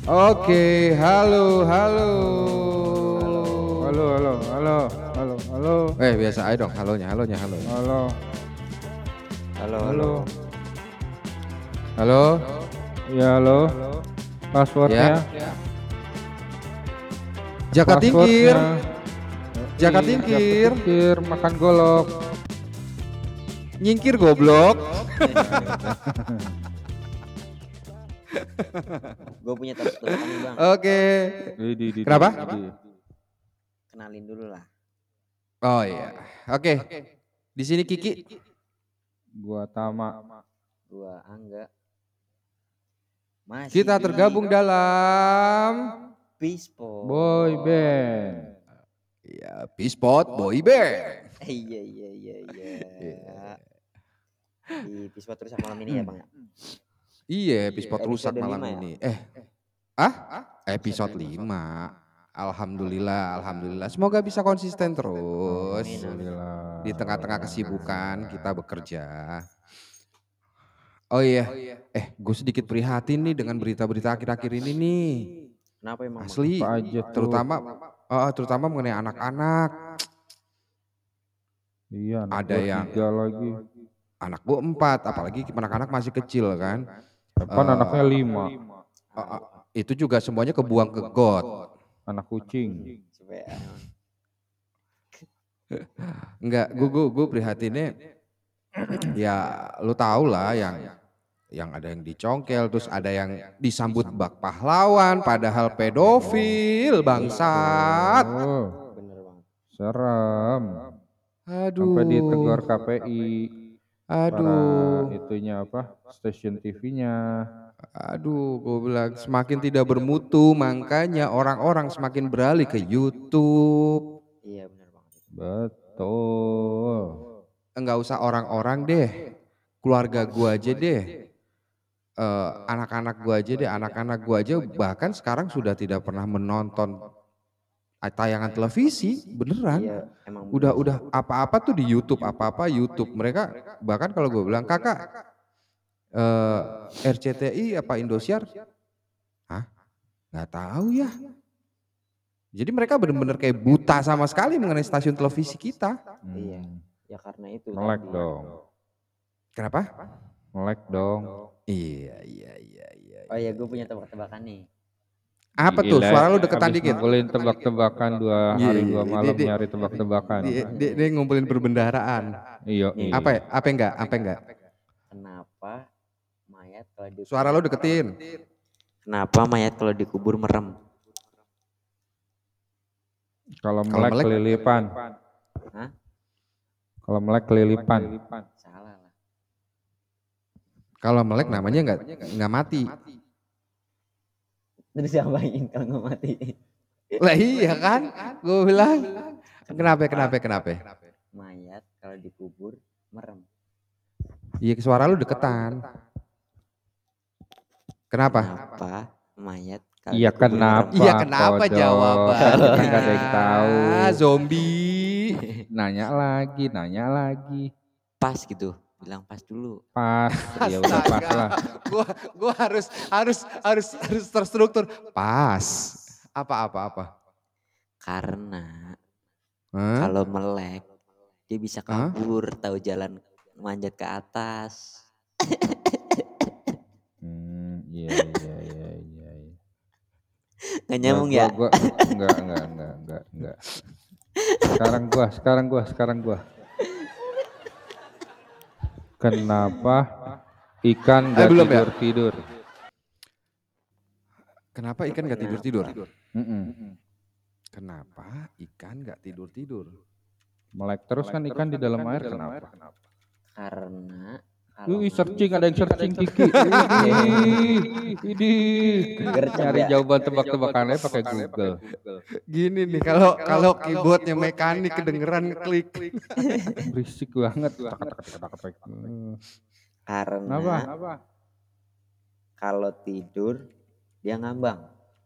Oke, halo, halo. Halo, halo, halo, halo, halo, Biasa aja dong, halonya, halonya, halo. halo, Halo, halo. halo. Halo, Ya, halo. Passwordnya, Jaka Tingkir, Jaka Iya, Tingkir, tingkir, makan golok. nyingkir goblok. Gue punya tebak-tebakan nih bang. Oke. Di. Kenapa? Kenalin dulu lah. Oh iya, oke. Di sini Kiki. Gua Tama. Gua Angga. Masih Kita di tergabung dalam Pispo. Boy band. ya Pispot Boy Band. Iya. Di Pispo terus malam ini ya bang ya. Iya, Pispot rusak Episode malam 5 ya? ini. Episode 5. Alhamdulillah. Semoga bisa konsisten terus. Amin. Alhamdulillah. Di tengah-tengah kesibukan kita bekerja. Oh iya, gue sedikit prihatin nih dengan berita-berita akhir-akhir ini nih. Kenapa emang? Bang? Asli, Apa aja tuh? terutama mengenai anak-anak. Iya, anak Ada gua yang 3 lagi. anak gue 4, apalagi anak-anak masih kecil kan. Depan anaknya 5. Itu juga semuanya kebuang ke got. Anak kucing. Coba ya. Enggak, gue prihatinnya ya lu tau lah yang ada yang dicongkel, terus ada yang disambut bak pahlawan padahal pedofil bangsat. Oh, Bener banget. serem. Aduh. Sampai ditegur KPI. Para Aduh. itunya apa? Stasiun TV-nya. Aduh, gue bilang semakin tidak bermutu, makanya orang-orang semakin beralih ke YouTube. Iya bener banget. Betul. Enggak usah orang-orang deh, keluarga gua aja deh, anak-anak gua aja deh, anak-anak gua aja bahkan sekarang sudah tidak pernah menonton tayangan televisi, beneran. Iya emang. Udah apa-apa tuh di YouTube, apa-apa YouTube. Mereka bahkan kalau gue bilang kakak RCTI apa Indosiar, nggak tahu ya. Jadi mereka benar-benar kayak buta sama sekali mengenai stasiun televisi kita. Iya. Ya karena itu. Melek tadi. dong. Kenapa? Melek dong. Iya. Oh iya gue punya tebak-tebakan nih. Apa tuh? Gila, Suara lu deketan habis dikit. ngumpulin tebak-tebakan 2 hari 2 malam nyari tebak-tebakan. Dia ngumpulin perbendaharaan. Iya. Apa ya? Apa enggak? Kenapa mayat kalau dikubur? Suara lu deketin. Kenapa mayat kalau dikubur merem? Kalau melek kelilipan. Hah? Kalau melek kelilipan. Salah lah. Kalau melek namanya nggak mati. Terus diapain kalau nggak mati? Lah iya kan? Gue bilang. Kenapa? Mayat kalau dikubur merem. Iya, suara lu deketan. Kenapa? Kenapa mayat kalau Iya dikubur kenapa? merem? Iya kenapa Kodok. jawabannya? Kan nggak ada yang tahu. Zombie. Nanya lagi. Pas gitu. Bilang pas dulu. Pas. Ya udah pas lah. Gua harus terstruktur. Pas. Apa? Karena Hah? kalau melek dia bisa kabur, tahu jalan manjat ke atas. Iya. Nggak nyambung ya? Enggak. Sekarang gua. Kenapa ikan nggak Belum ya? tidur? Kenapa ikan nggak tidur? Kenapa? Kenapa ikan nggak tidur? Melek terus kan ikan di dalam air kenapa? Karena kalau Searching, ada yang searching Kiki. Ini cari jawaban tebak-tebakannya pakai Google. Gini nih, kalau keyboardnya mekanik kedengeran ngeklik. Berisik banget. karena Kenapa? kalau tidur dia ngambang.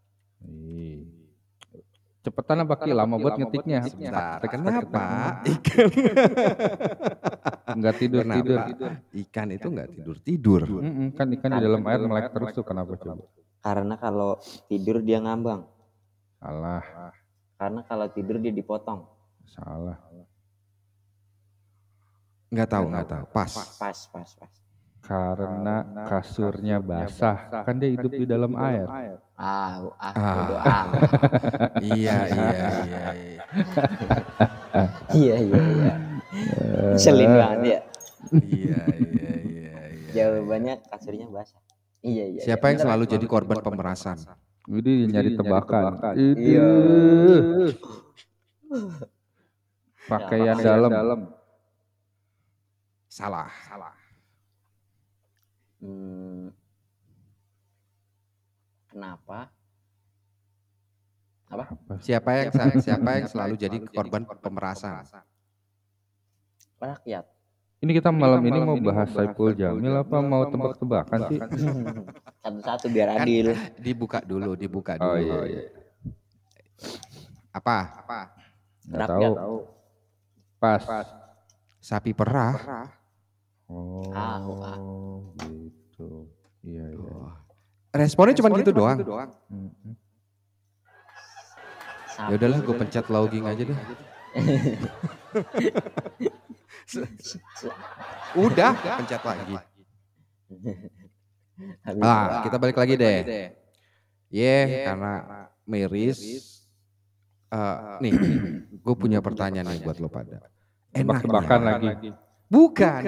Cepetan apa Ki? Lama buat ngetiknya. Sebentar, kenapa ikan Nggak tidur. ikan itu nggak tidur? Kan ikan di dalam air melek terus tuh kenapa coba? Karena kalau tidur dia ngambang. Salah. Karena kalau tidur dia dipotong. Salah. Nggak tahu. Pas. Pas. Karena kasurnya basah. Kan dia hidup di dalam air. Bodo amat. Iya. Iya. Selin banget ya. Iya. Jawabannya kasurnya basah. Iya. Siapa yang selalu jadi korban pemerasan? Ini nyari tebakan. Iya. Pakaian dalam. Salah. Kenapa? Siapa yang selalu jadi korban pemerasan? Rakyat. Ini kita malam ini mau bahas Saipul Jamil apa mau tebak-tebakan sih? Satu-satu biar adil. Dibuka dulu. Oh iya. Apa? Nggak tahu. Pas. Sapi perah. Oh, gitu. Iya. Responnya cuma gitu doang. Ya udahlah, gue pencet logging aja deh. Udah, pencet lagi. Kita balik lagi deh. Karena miris. Nih, gue punya pertanyaan nih buat lo pada. Tebak-tebakan lagi. Bukan.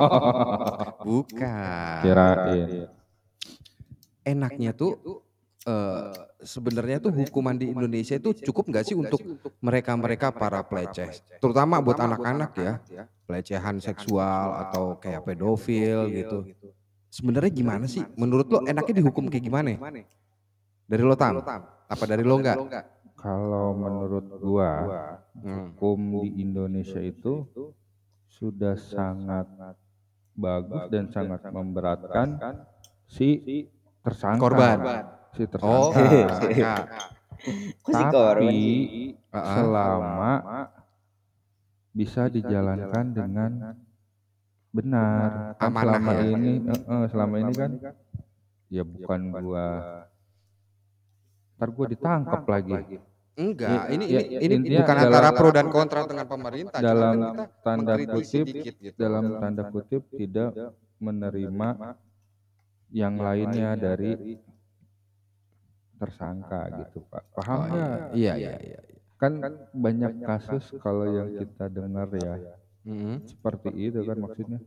Bukan. Kirain. Enaknya tuh sebenarnya tuh hukuman di Indonesia itu cukup nggak sih untuk mereka para peleceh, terutama buat anak-anak ya, pelecehan seksual atau kayak pedofil gitu. Sebenarnya gimana sih? Menurut lo enaknya dihukum kayak gimana? Dari lo Tam? Apa dari lo enggak? Kalau menurut gua hukum di Indonesia itu sudah sangat bagus dan sangat memberatkan si tersangka. Korban. Si tersangka. Tapi selama bisa dijalankan dengan benar. Kan selama ini kan ya bukan gua ntar gua ditangkap lagi. Enggak, ini bukan antara pro dan kontra dengan pemerintah. Dalam tanda kutip tidak menerima yang lainnya dari tersangka gitu Pak. Paham nggak? Iya. Kan banyak kasus kalau yang kita dengar ya seperti itu kan maksudnya.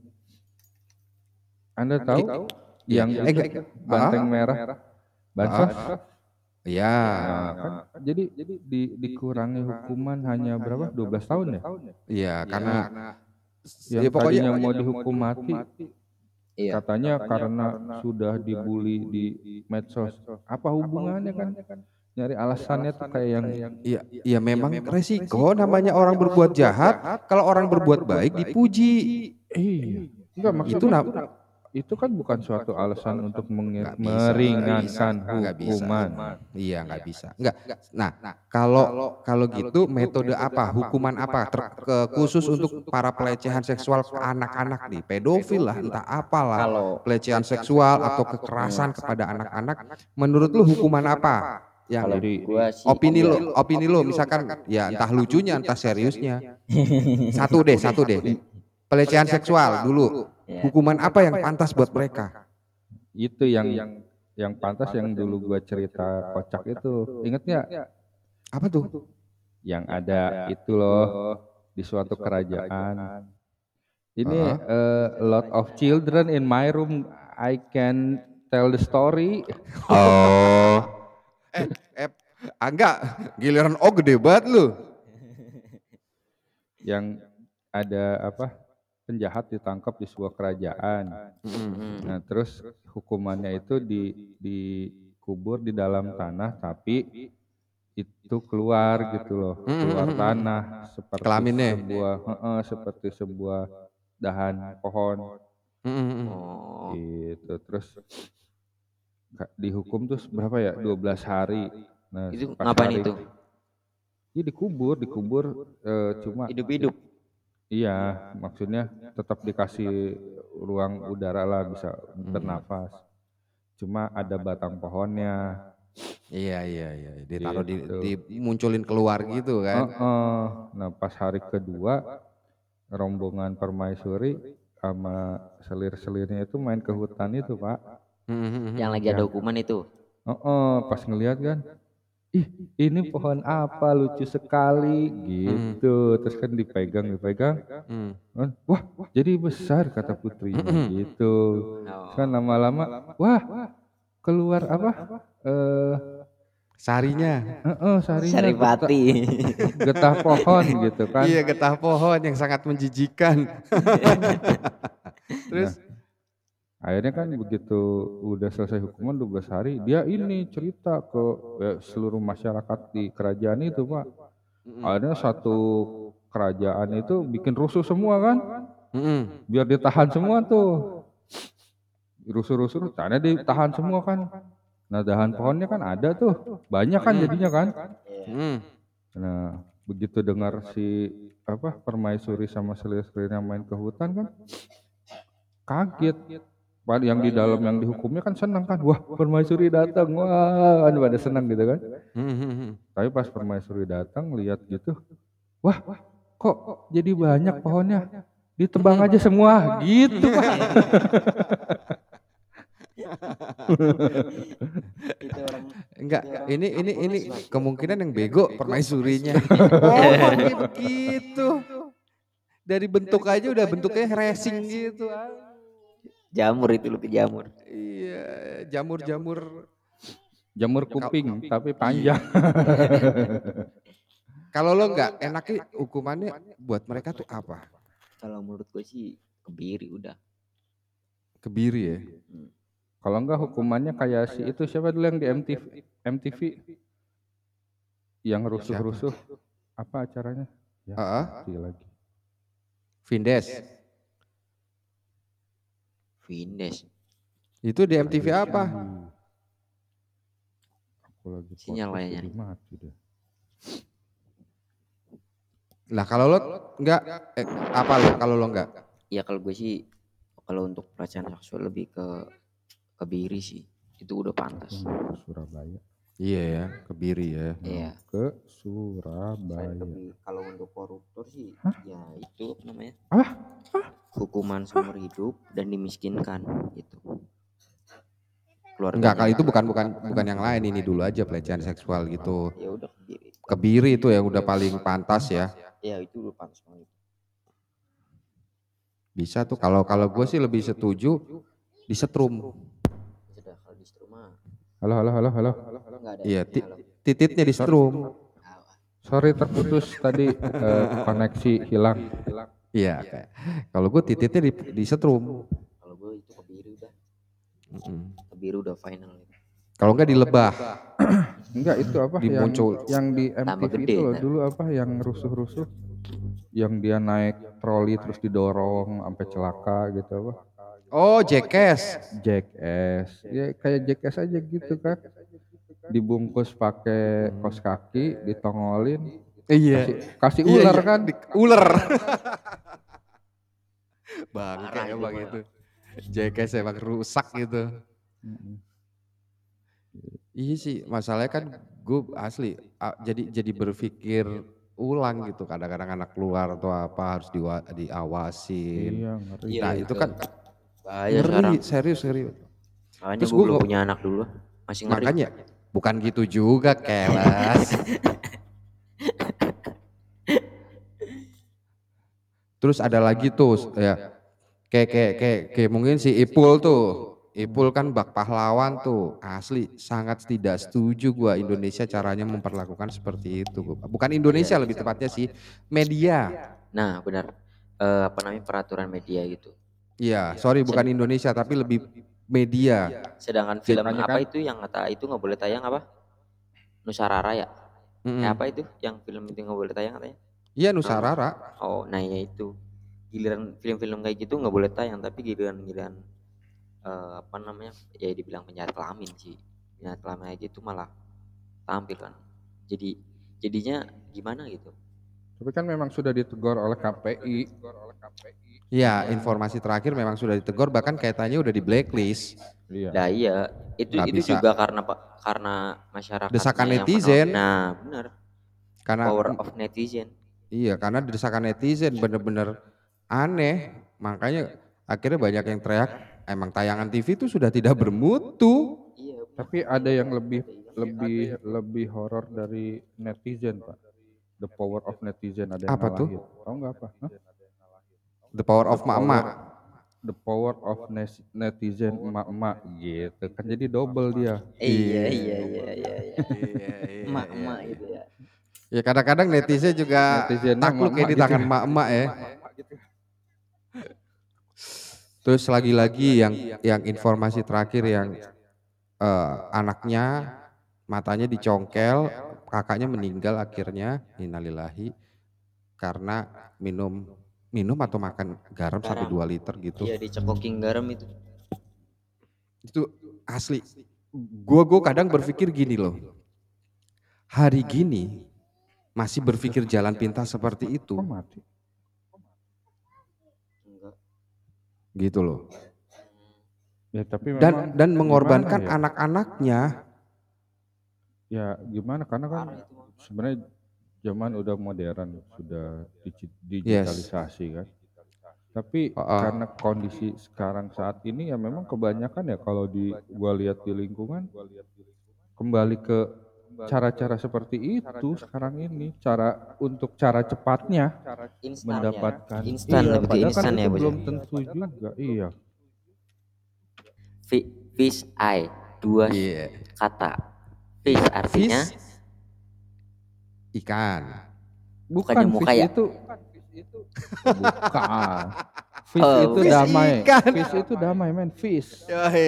Anda tahu yang banteng merah bansos? Iya. Nah, kan jadi dikurangi hukuman hanya berapa? 12 tahun ya? Iya, karena yang tadinya mau dihukum mati katanya karena sudah dibully di medsos. Apa hubungannya kan? Nyari alasannya tuh kayak yang iya memang resiko namanya orang berbuat jahat, kalau orang berbuat baik dipuji. Iya. Enggak maksudnya itu kan bukan suatu alasan untuk meringankan hukuman. Iya, nggak bisa. Enggak. Nah, kalau gitu metode apa? Hukuman apa? Khusus untuk para pelecehan seksual ke anak-anak nih, pedofil lah, entah apalah, pelecehan seksual atau kekerasan kepada anak-anak. Menurut lu hukuman apa? Yang opini lo misalkan ya entah lucunya entah seriusnya. Satu deh. Pelecehan seksual dulu. Hukuman apa yang pantas buat mereka? Itu yang pantas yang dulu gua cerita kocak itu. Ingat nggak? Apa tuh? Yang ada itu loh di suatu kerajaan. Ini a lot of children in my room. I can tell the story. Oh. Enggak, giliran gede banget lu. Yang ada penjahat ditangkap di sebuah kerajaan. Nah, terus hukumannya itu dikubur di dalam tanah, tapi itu keluar gitu loh, keluar tanah seperti kelaminnya. seperti sebuah dahan pohon. Gitu. Terus dihukum terus berapa ya? 12 hari. Nah, itu ngapain itu? Iya dikubur cuma hidup-hidup. Iya, maksudnya tetap dikasih ruang udara lah bisa bernafas. cuma ada batang pohonnya Iya, ditaruh gitu. dimunculin keluar gitu kan. Heeh. Nah pas hari kedua rombongan permaisuri sama selir-selirnya itu main ke hutan itu Pak. Yang lagi ada hukuman itu. Pas ngelihat kan, ih ini pohon apa lucu sekali gitu. Terus kan dipegang, kan, wah jadi besar kata putrinya gitu. Terus kan lama-lama, wah keluar apa? Sarinya. Sarinya Saripati. getah pohon gitu kan. Iya, getah pohon yang sangat menjijikan. Nah, Terus akhirnya kan begitu udah selesai hukuman 12 hari, dia ini cerita ke seluruh masyarakat di kerajaan itu, Pak. Akhirnya satu kerajaan itu bikin rusuh semua kan, biar ditahan semua tuh. Rusuh-rusuh, caranya ditahan semua kan. Nah, dahan pohonnya kan ada tuh, banyak kan jadinya kan. Nah, begitu dengar si permaisuri sama selir-selirnya main ke hutan kan, kaget. Yang di dalam yang dihukumnya kan senang kan, wah permaisuri datang, wah kan pada senang gitu kan. Tapi pas permaisuri datang lihat gitu, wah kok jadi banyak pohonnya, ditebang aja semua gitu Pak. Itu orang enggak, itu orang ini Mas. kemungkinan yang bego permaisurinya. Pohonnya begitu. Dari bentuk aja udah bentuknya racing gitu. Jamur itu lu ke jamur. Iya, jamur-jamur. Jamur kuping tapi panjang. Kalau lo enggak, enaknya hukumannya buat mereka tuh apa? Kalau menurut gue sih kebiri udah. Kebiri ya. Kalau enggak hukumannya kayak si itu siapa dulu yang di MTV yang rusuh-rusuh apa acaranya? Ya, lagi. Vindes. Itu di MTV apa? Aku lagi Sinyal kayaknya nih. mati deh. Lah kalau lo enggak apa lo kalau lo enggak? Ya kalau gue sih kalau untuk pelecehan seksual lebih ke kebiri sih. Itu udah pantas. Ke Surabaya. Iya ya, kebiri ya. Iya. Ke Surabaya. Kalau untuk koruptor sih ya itu apa namanya? Hukuman seumur hidup dan dimiskinkan gitu. Enggak, kali itu bukan yang lain, ini dulu aja pelecehan seksual gitu. Ya udah kebiri. Kebiri itu yang udah paling pantas ya. Ya itu udah pantas banget. Bisa tuh kalau gue sih lebih setuju disetrum. Sudah kalau di rumah. Halo. Enggak ada. Iya, tititnya disetrum. Sorry terputus tadi koneksi hilang. Iya, kalau gue tititnya disetrum. Kalau gue itu kebiri udah. Kebiri udah final. Kalau enggak dilebah. Enggak itu apa yang di MTV gede, itu loh dulu apa yang rusuh-rusuh yang dia naik troli terus didorong sampai celaka gitu apa? Oh, Jackass. Ya kayak Jackass aja gitu kan. Dibungkus pakai kaos kaki, ditongolin. Iya. Kasih ular kan? Ular. Bangke emang itu. Jackass emang rusak gitu. Iya sih, masalahnya kan gue asli jadi berpikir ulang gitu, kadang-kadang anak keluar atau apa harus diawasin. Iya, ngeri. Nah itu kan bahaya ngeri, sekarang. serius. Makanya Terus gue belum punya anak dulu. Masih ngeri. Makanya bukan gitu juga, kelas. Terus ada lagi tuh ya kayak mungkin si Ipul tuh. Ipul kan bak pahlawan tuh, asli sangat tidak setuju gua Indonesia caranya memperlakukan seperti itu. Bukan Indonesia lebih tepatnya sih, media. Nah benar, apa namanya peraturan media gitu. Iya, sorry bukan Indonesia tapi lebih media. Sedangkan film apa itu yang kata itu nggak boleh tayang apa? Nusarara ya? Apa itu yang film itu nggak boleh tayang katanya? Iya Nusarara. Oh, nah ya itu. Giliran film-film kayak gitu nggak boleh tayang, tapi giliran apa namanya ya dibilang penjahat kelamin sih, penjahat kelamin aja itu malah tampil kan, jadinya gimana gitu. Tapi kan memang sudah ditegur oleh KPI. Ya, informasi terakhir memang sudah ditegur, bahkan kaitannya udah di blacklist. Iya. Nah iya, itu Nggak bisa. juga karena masyarakatnya Desakan yang netizen. Nah, benar. Karena Power of netizen. iya, karena desakan netizen bener-bener aneh. Makanya akhirnya banyak yang teriak, emang tayangan TV itu sudah tidak bermutu. Iya, benar. Tapi ada yang lebih horor dari netizen, Pak. The power of netizen ada yang Apa tuh? ngalahin. Tahu nggak apa? Hah? The power The of mak-mak. The power of netizen emak-emak gitu kan, jadi double dia. Iya. Iya, Emak-emak itu ya. Ya kadang-kadang netizen juga Netizennya takluk ya emak-emak di gitu tangan ya. emak-emak ya. Terus lagi-lagi yang informasi terakhir yang anaknya matanya dicongkel, kakaknya meninggal akhirnya, innalillahi, karena minum atau makan garam sampai 2 liter gitu. Iya, dicekokin garam itu. Itu asli. Gua kadang berpikir gini loh. Hari gini masih berpikir jalan pintas seperti itu. Kok mati? Enggak. Gitu loh. Ya tapi memang Dan mengorbankan gimana ya? anak-anaknya. Ya gimana, karena kan sebenarnya zaman udah modern, sudah digitalisasi kan. Tapi karena kondisi sekarang saat ini ya memang kebanyakan ya kalau gua lihat di lingkungan kembali ke cara-cara seperti itu sekarang ini, untuk cara cepatnya Instan mendapatkan. ya. Instan, Iya, lebih ke padahal kan instan itu ya, Bos. belum tentu juga. Iya. Fish eye, 2 kata. Fish artinya Fish, ikan. bukannya muka fish ya? itu bukan. Fish itu fish damai. ikan. Fish itu damai, men. Fish.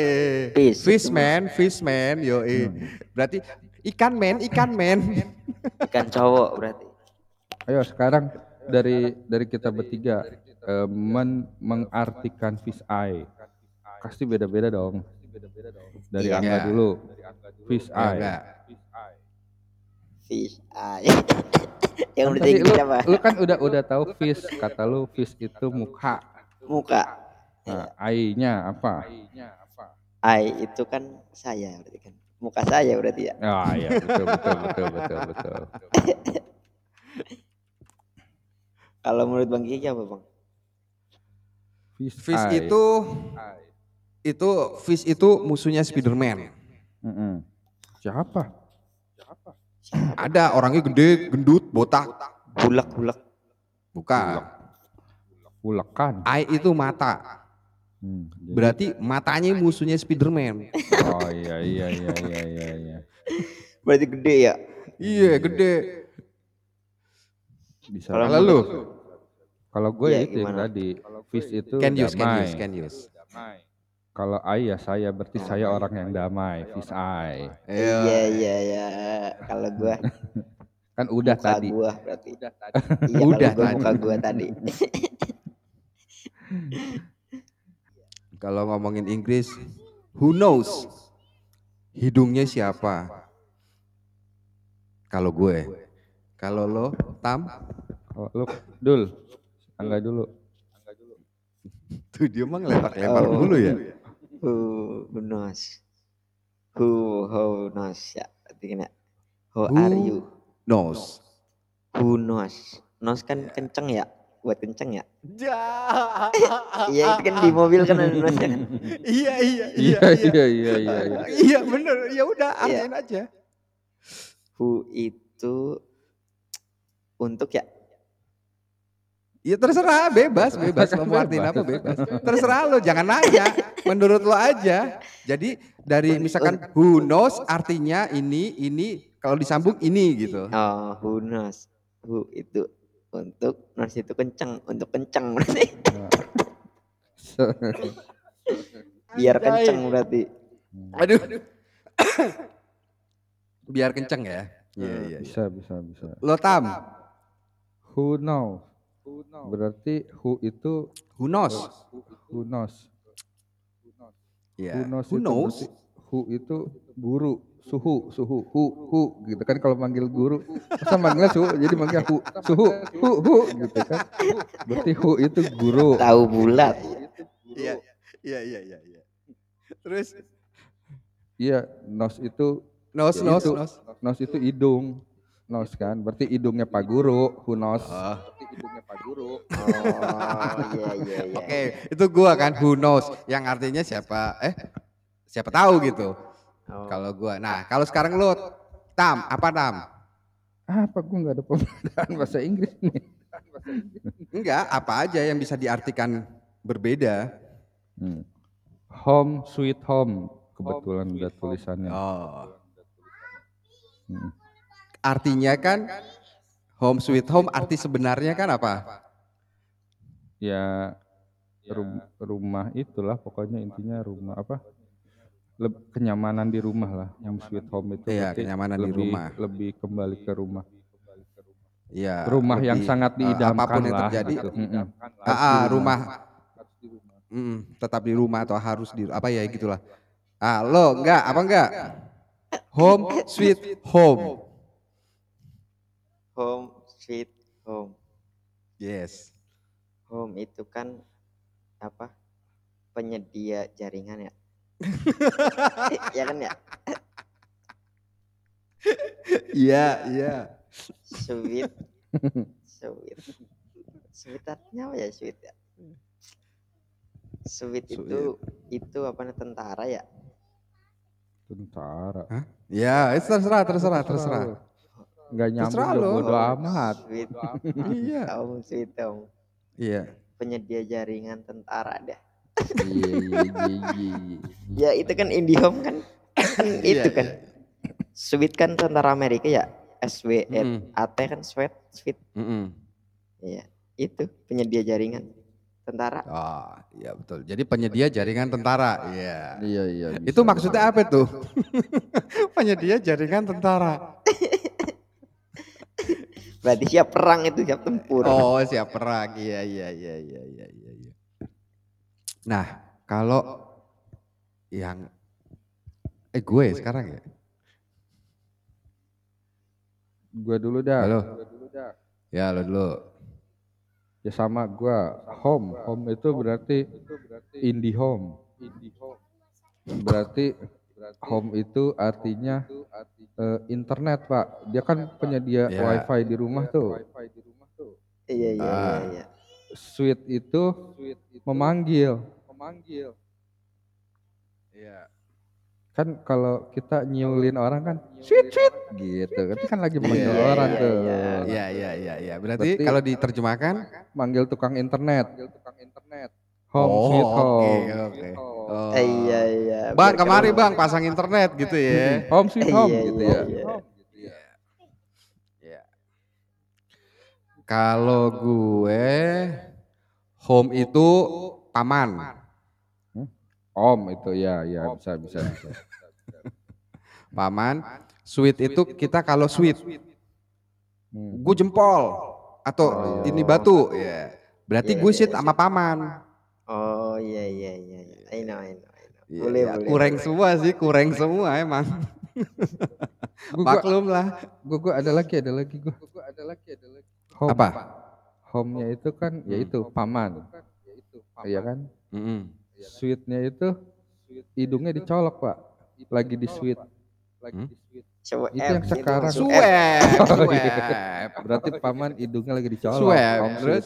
Fishman, yoi. Berarti ikan men. Ikan cowok berarti. Ayo sekarang dari kita bertiga mengartikan fish eye. Pasti beda-beda dong. Dari Iya. Angga dulu. Fish eye. Fish eye. Yang Kan udah tadi tinggi siapa? lu kan udah tahu fish, kata lu fish itu muka. Muka. Nah, eye-nya apa? Eye itu kan saya berarti kan. Muka saya berarti ya. Ah ya, betul. Kalau menurut Bang Kiki apa, Bang? Fish itu musuhnya Spiderman. Siapa? Ada orangnya gede, gendut, botak. Bulak. Bukan. Ulekan. Eye itu mata. Berarti matanya musuhnya Spiderman. Oh iya. Berarti gede ya? Iya, gede. Bisa. Kalau gue Ya, itu yang gimana? tadi, fish itu Can damai. use. Kalau eye ya saya, berarti saya orang yang damai, fish eye. Iya. Kalau gua Kan udah muka tadi. gua berarti. Iya, Udah kalau gua tadi. muka gua tadi. Kalau ngomongin Inggris, who knows? Hidungnya siapa? Kalau gue. Kalau lo, Tam? Kalau lu, Dul, Angga dulu. Tuh dia mah ngelepak-lepak dulu ya. Who knows? Who knows ya? Berarti kan ya. How are you? Knows. Who knows? Knows kan kenceng ya? Buat kenceng ya? Iya itu kan di mobil kan ada knows kan? Iya. Iya bener. Ya udah artiin aja. Who itu untuk ya? Ya terserah, bebas. Lo mau artiin apa bebas. Terserah lo, jangan nanya. Menurut lo aja. Jadi dari misalkan who knows artinya ini kalau disambung ini gitu. Oh, who knows? Who itu untuk, knows itu kenceng, untuk kenceng berarti. Biar kenceng berarti. Aduh. Biar kenceng ya. Iya. Bisa. Lo Tam, Who knows? Berarti who itu who knows? who knows. Iya. Who knows Who itu knows? berarti who itu guru. hu gitu kan kalau manggil guru. Masa manggilnya suhu jadi manggil hu gitu kan. Berarti hu itu guru. Tahu bulat. Iya, iya. Terus Iya, nos itu nos itu hidung. Nos kan, berarti hidungnya Pak Guru, hunos. Berarti hidungnya Pak Guru. Oh iya. Oke, itu gua kan who knows yang artinya siapa tahu gitu. Oh. Kalau gua. Nah, kalau sekarang lu Tam, apa Tam? Apa gua nggak ada pembedaan bahasa Inggris nih. Enggak, apa aja yang bisa diartikan berbeda. Home sweet home, kebetulan udah tulisannya. Oh. Artinya kan home sweet home arti sebenarnya kan apa? Ya rumah itulah pokoknya intinya rumah apa? Kenyamanan di rumah lah. Home sweet home itu Iya, kenyamanan di rumah. Lebih kembali ke rumah. Iya. Rumah yang sangat diidamkan apapun yang lah. terjadi. Gitu. Rumah. Tetap di rumah atau harus di apa ya gitulah. Lo enggak home sweet home. Home sweet home. Yes. Home itu kan apa? Penyedia jaringan ya. Ya kan ya? Iya. Sweet artinya apa ya sweet ya? Sweet itu apa nih tentara ya? Tentara. Hah? Ya, terserah. Nggak nyambung bodo amat. Sweet. Iya. Sweet home. Iya. Penyedia jaringan tentara dah. Iya. Ya itu kan IndiHome kan itu kan. Sweet kan tentara Amerika ya. SWAT kan sweet. Iya, itu penyedia jaringan tentara. Oh, iya betul. Jadi penyedia jaringan tentara. Iya. Iya. Itu maksudnya apa tuh? Penyedia jaringan tentara. Berarti siap perang itu, siap tempur. Oh, siap perang. Iya. Nah, kalau yang gue sekarang ya. Gue dulu dah. Halo. Ya, lo dulu. Ya sama gue. Home itu berarti IndiHome. Berarti home itu artinya internet, Pak. Dia kan penyedia wifi di rumah tuh. Iya. Sweet itu memanggil. Iya. Kan kalau kita nyiulin orang kan sweet gitu. Kan lagi manggil orang tuh. Iya. Berarti kalau diterjemahkan manggil tukang internet. Home sweet home. Oke. Iya. Bang, kemari Bang, pasang internet gitu ya. Home sweet home gitu ya. Iya. Kalau gue home itu paman. Om itu ya bisa. Paman, sweet itu kita kalau sweet. Gue jempol atau ini batu ya. Berarti gue sweet sama paman. Oh iya. I know. Boleh. Kurang semua emang. Maklum lah. Gue ada lagi gue. Home. Apa? Home-nya itu kan yaitu paman. Iya kan? Sweet-nya itu hidungnya dicolok, Pak. Lagi di sweet. Itu yang sekarang. Swab. Berarti paman hidungnya lagi dicolok. Swab. Terus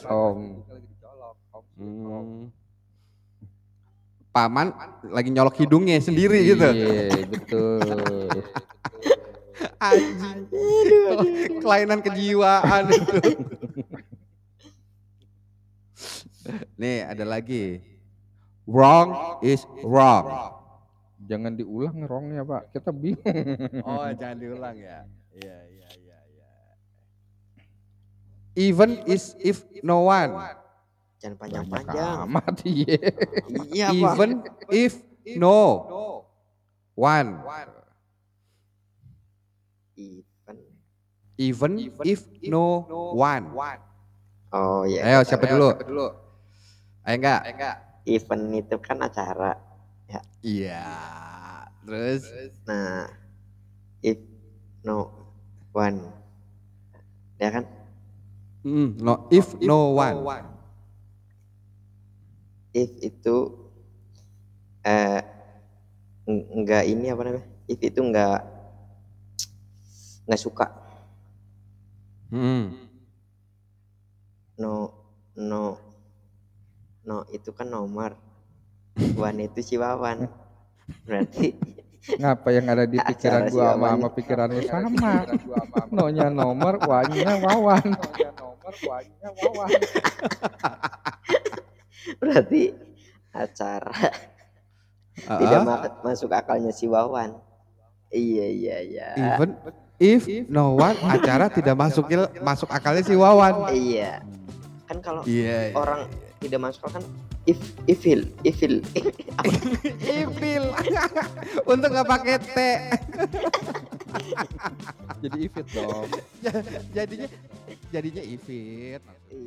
Paman lagi nyolok hidungnya sendiri gitu. Iya, betul. Anjing. Kelainan kejiwaan itu. Nih ada lagi. Wrong is wrong. Jangan diulang wrongnya, Pak. Kita bingung. Oh, jangan diulang ya. Iya. Even is if no one. Jangan panjang-panjang. Amat iya. Iya, Pak. Even if no one. Even if no one. Oh iya. Ayo siapa dulu? Ayo enggak? Event itu kan acara ya. Iya. Terus Nah if no one, ya kan? No, if no one. If itu enggak ini apa namanya? If itu enggak suka. No itu kan nomor. One itu si Wawan. Berarti Ngapa yang ada di pikiran acara si gua Wawan. sama pikirannya sama. No-nya nomor, Wawan-nya Wawan. Berarti acara tidak masuk akalnya si Wawan. Iya. Even if no one, acara tidak masuk akalnya si Wawan. Iya. Kan kalau Iya. orang tidak masuk akal kan ifil. Ifil. Untuk nggak pakai T. Jadi ifit dong. Jadinya ifit.